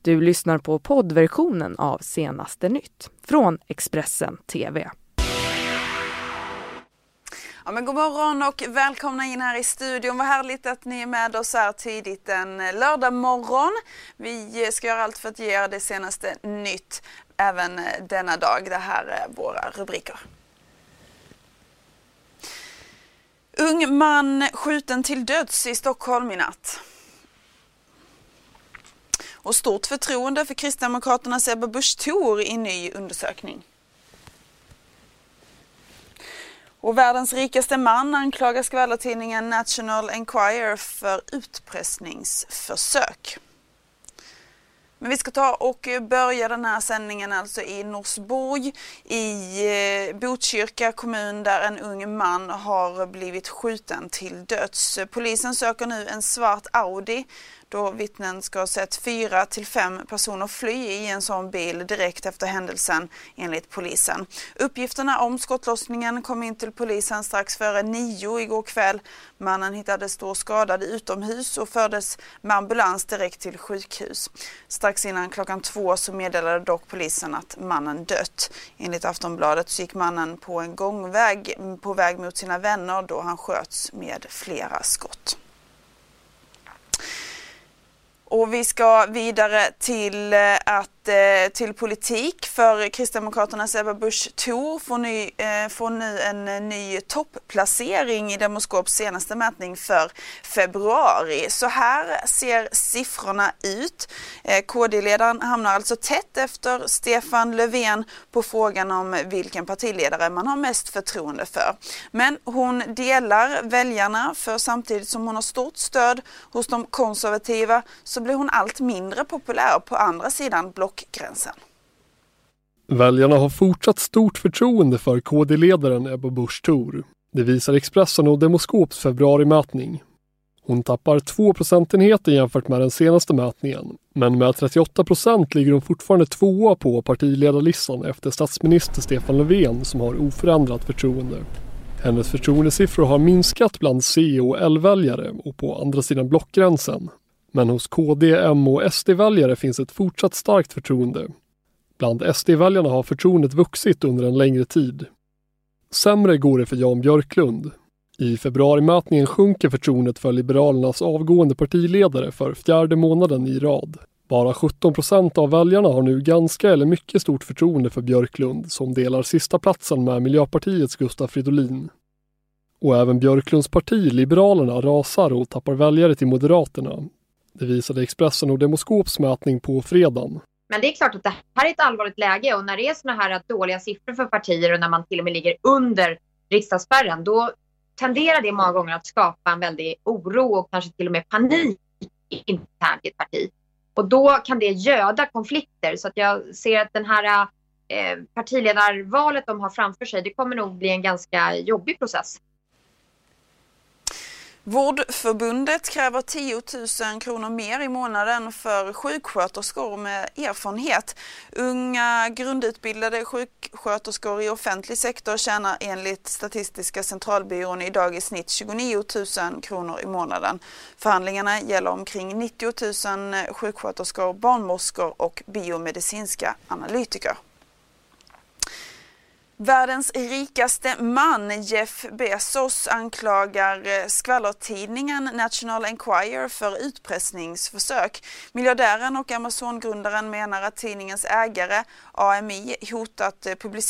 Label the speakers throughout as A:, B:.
A: Du lyssnar på poddversionen av Senaste nytt från Expressen TV.
B: Ja, men god morgon och välkomna in här i studion. Vad härligt att ni är med oss här tidigt en lördag morgon. Vi ska göra allt för att ge er det senaste nytt även denna dag. Det här är våra rubriker. Ung man skjuten till döds i Stockholm i natt. Och stort förtroende för Kristdemokraternas Ebba Busch Thor i ny undersökning. Och världens rikaste man anklagar skvallertidningen National Enquirer för utpressningsförsök. Men vi ska ta och börja den här sändningen alltså i Norsborg i Botkyrka kommun där en ung man har blivit skjuten till döds. Polisen söker nu en svart Audi då vittnen ska ha sett 4 till 5 personer fly i en sån bil direkt efter händelsen enligt polisen. Uppgifterna om skottlossningen kom in till polisen strax före 9 igår kväll. Mannen hittades då skadad utomhus och fördes med ambulans direkt till sjukhus. Strax innan klockan 2 så meddelade dock polisen att mannen dött. Enligt Aftonbladet så gick mannen på en gångväg på väg mot sina vänner då han sköts med flera skott. Och vi ska vidare till politik för Kristdemokraternas Ebba Busch Thor får nu en ny toppplacering i Demoskops senaste mätning för februari. Så här ser siffrorna ut. KD-ledaren hamnar alltså tätt efter Stefan Löfven på frågan om vilken partiledare man har mest förtroende för. Men hon delar väljarna för samtidigt som hon har stort stöd hos de konservativa så blir hon allt mindre populär på andra sidan blockgränsen.
C: Väljarna har fortsatt stort förtroende för KD-ledaren Ebba Busch Thor. Det visar Expressen och Demoskops februarimätning. Hon tappar 2 procentenheter jämfört med den senaste mätningen. Men med 38% ligger hon fortfarande 2 på partiledarlistan efter statsminister Stefan Löfven som har oförändrat förtroende. Hennes förtroendesiffror har minskat bland C- och L-väljare och på andra sidan blockgränsen. Men hos KD, M och SD-väljare finns ett fortsatt starkt förtroende. Bland SD-väljarna har förtroendet vuxit under en längre tid. Sämre går det för Jan Björklund. I februarimätningen sjunker förtroendet för Liberalernas avgående partiledare för 4:e månaden i rad. Bara 17% av väljarna har nu ganska eller mycket stort förtroende för Björklund som delar sista platsen med Miljöpartiets Gustaf Fridolin. Och även Björklunds parti Liberalerna rasar och tappar väljare till Moderaterna. Det visade Expressen och Demoskops mätning på fredagen.
D: Men det är klart att det här är ett allvarligt läge och när det är såna här dåliga siffror för partier och när man till och med ligger under riksdagsspärren då tenderar det många gånger att skapa en väldig oro och kanske till och med panik internt i ett parti. Och då kan det göda konflikter så att jag ser att den här partiledarvalet de har framför sig det kommer nog bli en ganska jobbig process.
B: Vårdförbundet kräver 10 000 kronor mer i månaden för sjuksköterskor med erfarenhet. Unga grundutbildade sjuksköterskor i offentlig sektor tjänar enligt Statistiska centralbyrån idag i snitt 29 000 kronor i månaden. Förhandlingarna gäller omkring 90 000 sjuksköterskor, barnmorskor och biomedicinska analytiker. Världens rikaste man, Jeff Bezos, anklagar skvallertidningen National Enquirer för utpressningsförsök. Miljardären och Amazon-grundaren menar att tidningens ägare, AMI, hotat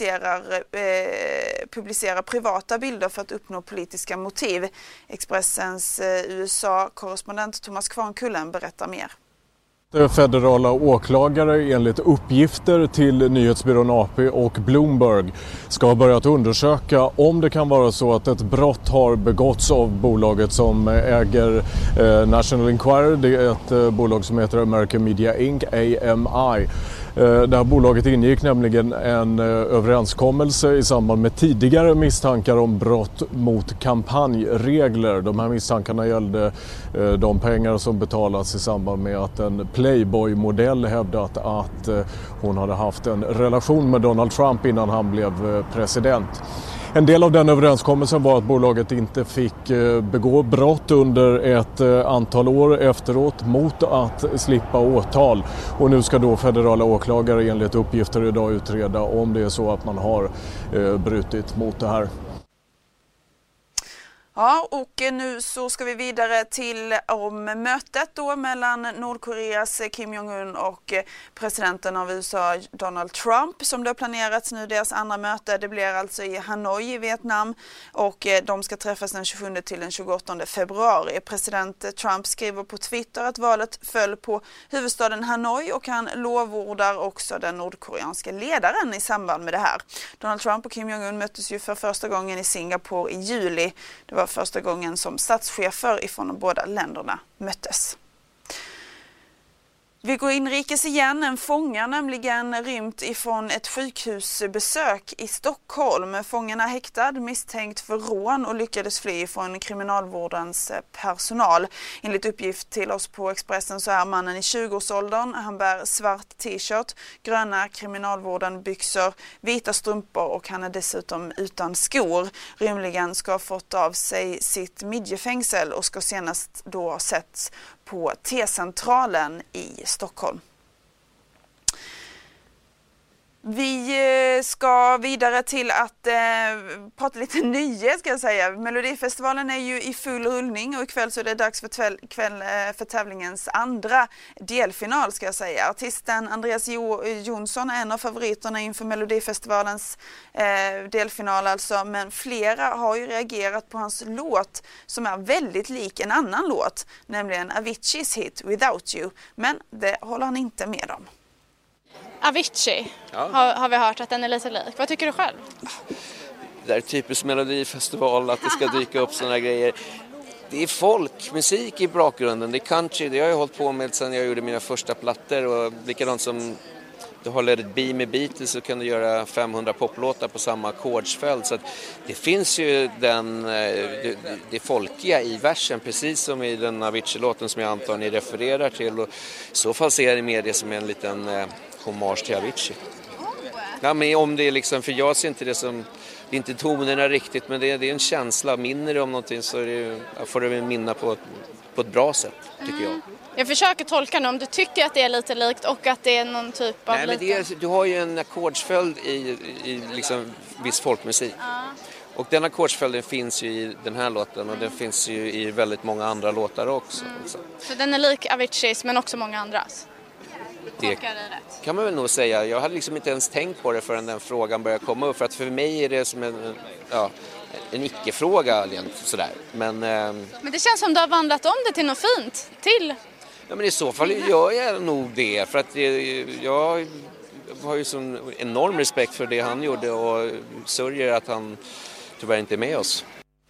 B: publicera privata bilder för att uppnå politiska motiv. Expressens USA-korrespondent Thomas Kvarnkullen berättar mer.
E: Federala åklagare enligt uppgifter till nyhetsbyrån AP och Bloomberg ska ha börjat undersöka om det kan vara så att ett brott har begåtts av bolaget som äger National Enquirer. Det är ett bolag som heter American Media Inc, AMI. Det här bolaget ingick nämligen en överenskommelse i samband med tidigare misstankar om brott mot kampanjregler. De här misstankarna gällde de pengar som betalats i samband med att en Playboy-modell hävdat att hon hade haft en relation med Donald Trump innan han blev president. En del av den överenskommelsen var att bolaget inte fick begå brott under ett antal år efteråt mot att slippa åtal. Och nu ska då federala åklagare enligt uppgifter idag utreda om det är så att man har brutit mot det här.
B: Ja, och nu så ska vi vidare till om mötet då mellan Nordkoreas Kim Jong-Un och presidenten av USA Donald Trump som det har planerats nu. Deras andra möte, det blir alltså i Hanoi i Vietnam och de ska träffas den 27 till den 28 februari. President Trump skriver på Twitter att valet föll på huvudstaden Hanoi och han lovordar också den nordkoreanska ledaren i samband med det här. Donald Trump och Kim Jong-Un möttes ju för första gången i Singapore i juli. Det var första gången som statschefer ifrån de båda länderna möttes. Vi går inrikes igen. En fånge nämligen rymt ifrån ett sjukhusbesök i Stockholm. Fången är häktad, misstänkt för rån och lyckades fly från kriminalvårdens personal. Enligt uppgift till oss på Expressen så är mannen i 20-årsåldern. Han bär svart t-shirt, gröna kriminalvården byxor, vita strumpor och han är dessutom utan skor. Rymligen ska ha fått av sig sitt midjefängsel och ska senast då ha setts på T-centralen i Stockholm. Vi ska vidare till att prata lite nyhet ska jag säga. Melodifestivalen är ju i full rullning och ikväll så är det dags för tävlingens andra delfinal ska jag säga. Artisten Andreas Jonsson är en av favoriterna inför Melodifestivalens delfinal alltså. Men flera har ju reagerat på hans låt som är väldigt lik en annan låt. Nämligen Aviciis hit Without You. Men det håller han inte med om.
F: Avicii har vi hört att den är lite lik. Vad tycker du själv?
G: Det är typiskt Melodifestival att det ska dyka upp såna grejer. Det är folkmusik i bakgrunden, det är country. Det har jag hållit på med sedan jag gjorde mina första plattor. Och likadant som du har Let It Be med Beatles så kan du göra 500 poplåtar på samma ackordsfält. Så att det finns ju det folkiga i versen precis som i den Avicii-låten som jag antar ni refererar till. Och i så fall ser jag mer det som en liten hommage till Avicii. Ja, men om det är liksom, för jag ser inte det som, det är inte tonerna riktigt men det är en känsla, minner det om någonting så får du minna på ett bra sätt tycker jag.
F: Jag försöker tolka nu om du tycker att det är lite likt och att det är någon typ av...
G: Nej, men du har ju en ackordsföljd i liksom viss folkmusik. Och den ackordsföljden finns ju i den här låten och den finns ju i väldigt många andra låtar också.
F: Så den är lik Aviciis men också många andras?
G: Det kan man väl nog säga. Jag hade liksom inte ens tänkt på det förrän den frågan började komma upp. För att för mig är det som en icke-fråga sådär. Men
F: det känns som du har vandrat om det till något fint.
G: Ja, men i så fall gör jag nog det. För att jag har ju sån enorm respekt för det han gjorde och sörjer att han tyvärr inte är med oss.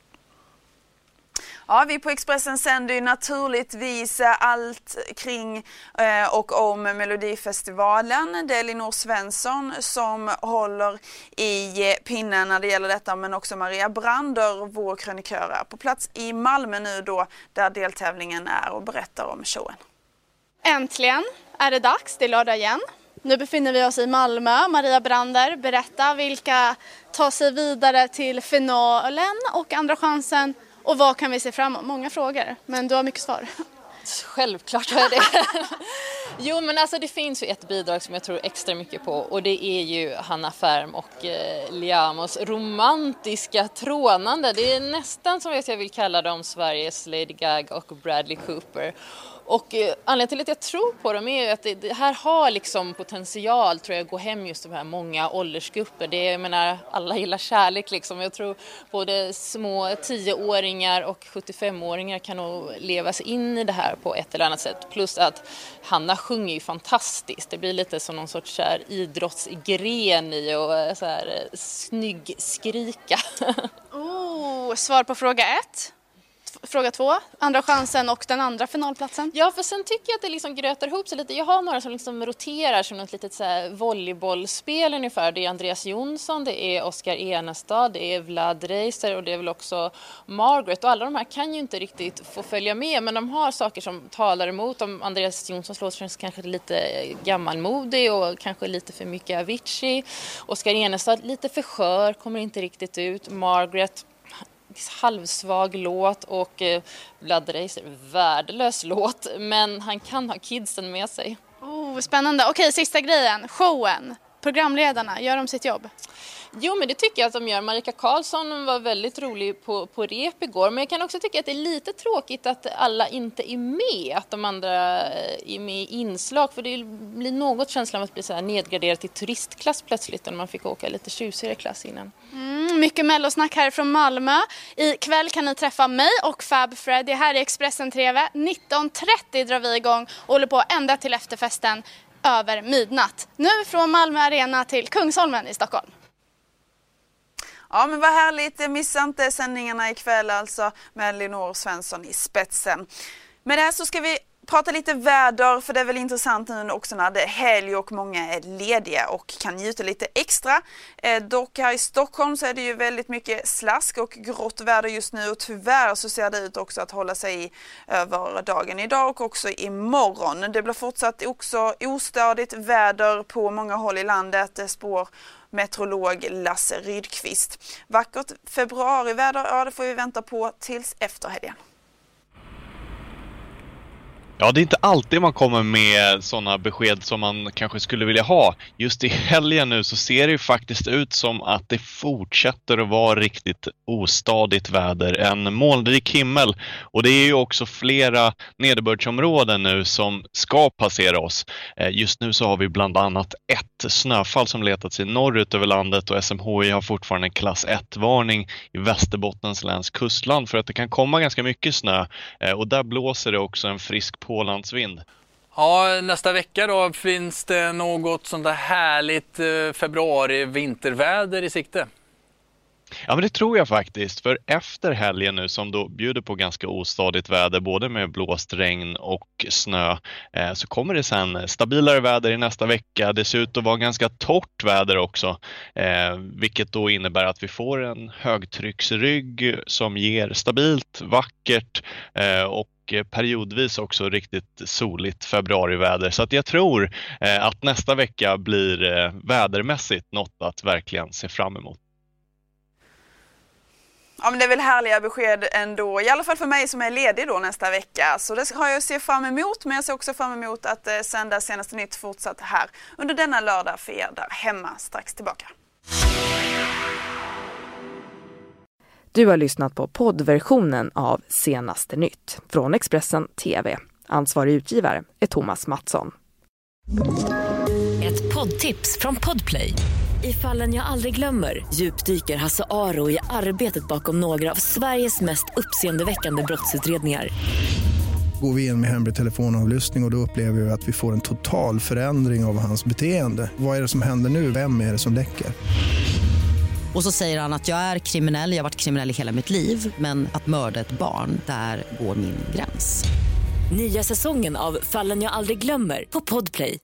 B: Ja, vi på Expressen sänder ju naturligtvis allt kring och om Melodifestivalen. Det är Elinor Svensson som håller i pinnen när det gäller detta, men också Maria Brander, vår krönikör, på plats i Malmö nu då, där deltävlingen är och berättar om showen.
F: Äntligen är det dags, det är lördag igen. Nu befinner vi oss i Malmö. Maria Brander, berätta vilka tar sig vidare till finalen och andra chansen. Och vad kan vi se fram emot? Många frågor, men du har mycket svar.
H: Självklart har jag det. Jo, men alltså det finns ju ett bidrag som jag tror extra mycket på. Och det är ju Hanna Färm och Liamos romantiska trånande. Det är nästan som jag vill kalla dem Sveriges Lady Gaga och Bradley Cooper. Och anledningen till att jag tror på dem är att det här har liksom potential, tror jag, att gå hem just de här många åldersgrupper. Jag menar, alla gillar kärlek liksom. Jag tror både små 10-åringar och 75-åringar kan nog leva sig in i det här på ett eller annat sätt. Plus att Hanna sjunger ju fantastiskt. Det blir lite som någon sorts så här idrottsgren i och så här snygg skrika.
F: Svar på fråga 1. fråga 2, andra chansen och den andra finalplatsen.
H: Ja, för sen tycker jag att det liksom grötar ihop sig lite. Jag har några som liksom roterar som något litet så här volleybollspel ungefär. Det är Andreas Jonsson, det är Oskar Enestad, det är Vlad Reiser och det är väl också Margaret. Och alla de här kan ju inte riktigt få följa med, men de har saker som talar emot. Om Andreas Jonssons låt känns kanske lite gammalmodig och kanske lite för mycket Avicii. Oskar Enestad lite för skör, kommer inte riktigt ut. Margaret, halvsvag låt och Vlad Reiser, värdelös låt, men han kan ha kidsen med sig.
F: Spännande. Okej, sista grejen. Showen. Programledarna, gör de sitt jobb?
H: Jo, men det tycker jag att de gör. Marika Karlsson var väldigt rolig på rep igår. Men jag kan också tycka att det är lite tråkigt att alla inte är med. Att de andra är med i inslag. För det blir något känslan av att bli så här nedgraderat till turistklass plötsligt. När man fick åka lite tjusigare klass innan.
F: Mycket mellosnack här från Malmö. Ikväll kan ni träffa mig och Fab Freddy här i Expressen TV. 19.30 drar vi igång och håller på ända till efterfesten över midnatt. Nu från Malmö Arena till Kungsholmen i Stockholm.
B: Ja, men vad härligt. Missa inte sändningarna ikväll alltså med Linor Svensson i spetsen. Med det här så ska vi prata lite väder, för det är väl intressant nu också när det är helg och många är lediga och kan njuta lite extra. Dock här i Stockholm så är det ju väldigt mycket slask och grått väder just nu och tyvärr så ser det ut också att hålla sig över dagen idag och också imorgon. Det blir fortsatt också ostadigt väder på många håll i landet, det spår meteorolog Lasse Rydqvist. Vackert februariväder, ja det får vi vänta på tills efter helgen.
I: Ja, det är inte alltid man kommer med sådana besked som man kanske skulle vilja ha. Just i helgen nu så ser det ju faktiskt ut som att det fortsätter att vara riktigt ostadigt väder. En molnrik himmel, och det är ju också flera nederbördsområden nu som ska passera oss. Just nu så har vi bland annat ett snöfall som letat sig norrut över landet, och SMHI har fortfarande en klass 1-varning i Västerbottens läns kustland för att det kan komma ganska mycket snö, och där blåser det också en frisk pålandsvind.
J: Ja, nästa vecka då finns det något sånt där härligt februari-vinterväder i sikte.
I: Ja, men det tror jag faktiskt. För efter helgen nu som då bjuder på ganska ostadigt väder, både med blåst, regn och snö, så kommer det sen stabilare väder i nästa vecka. Det ser ut att vara ganska torrt väder också, vilket då innebär att vi får en högtrycksrygg som ger stabilt, vackert och periodvis också riktigt soligt februariväder. Så att jag tror att nästa vecka blir vädermässigt något att verkligen se fram emot.
B: Ja, men det är väl härliga besked ändå, i alla fall för mig som är ledig då nästa vecka. Så det har jag att se fram emot, men jag ser också fram emot att sända senaste nytt fortsatt här under denna lördag för er där hemma. Strax tillbaka.
A: Du har lyssnat på poddversionen av Senaste nytt från Expressen TV. Ansvarig utgivare är Thomas Mattsson.
K: Ett poddtips från Podplay. I Fallen jag aldrig glömmer djupdyker Hasse Aro i arbetet bakom några av Sveriges mest uppseendeväckande brottsutredningar.
L: Går vi in med hemlig telefonavlyssning och då upplever vi att vi får en total förändring av hans beteende. Vad är det som händer nu? Vem är det som läcker?
M: Och så säger han att jag är kriminell, jag har varit kriminell i hela mitt liv. Men att mörda ett barn, där går min gräns.
K: Nya säsongen av Fallen jag aldrig glömmer på Podplay.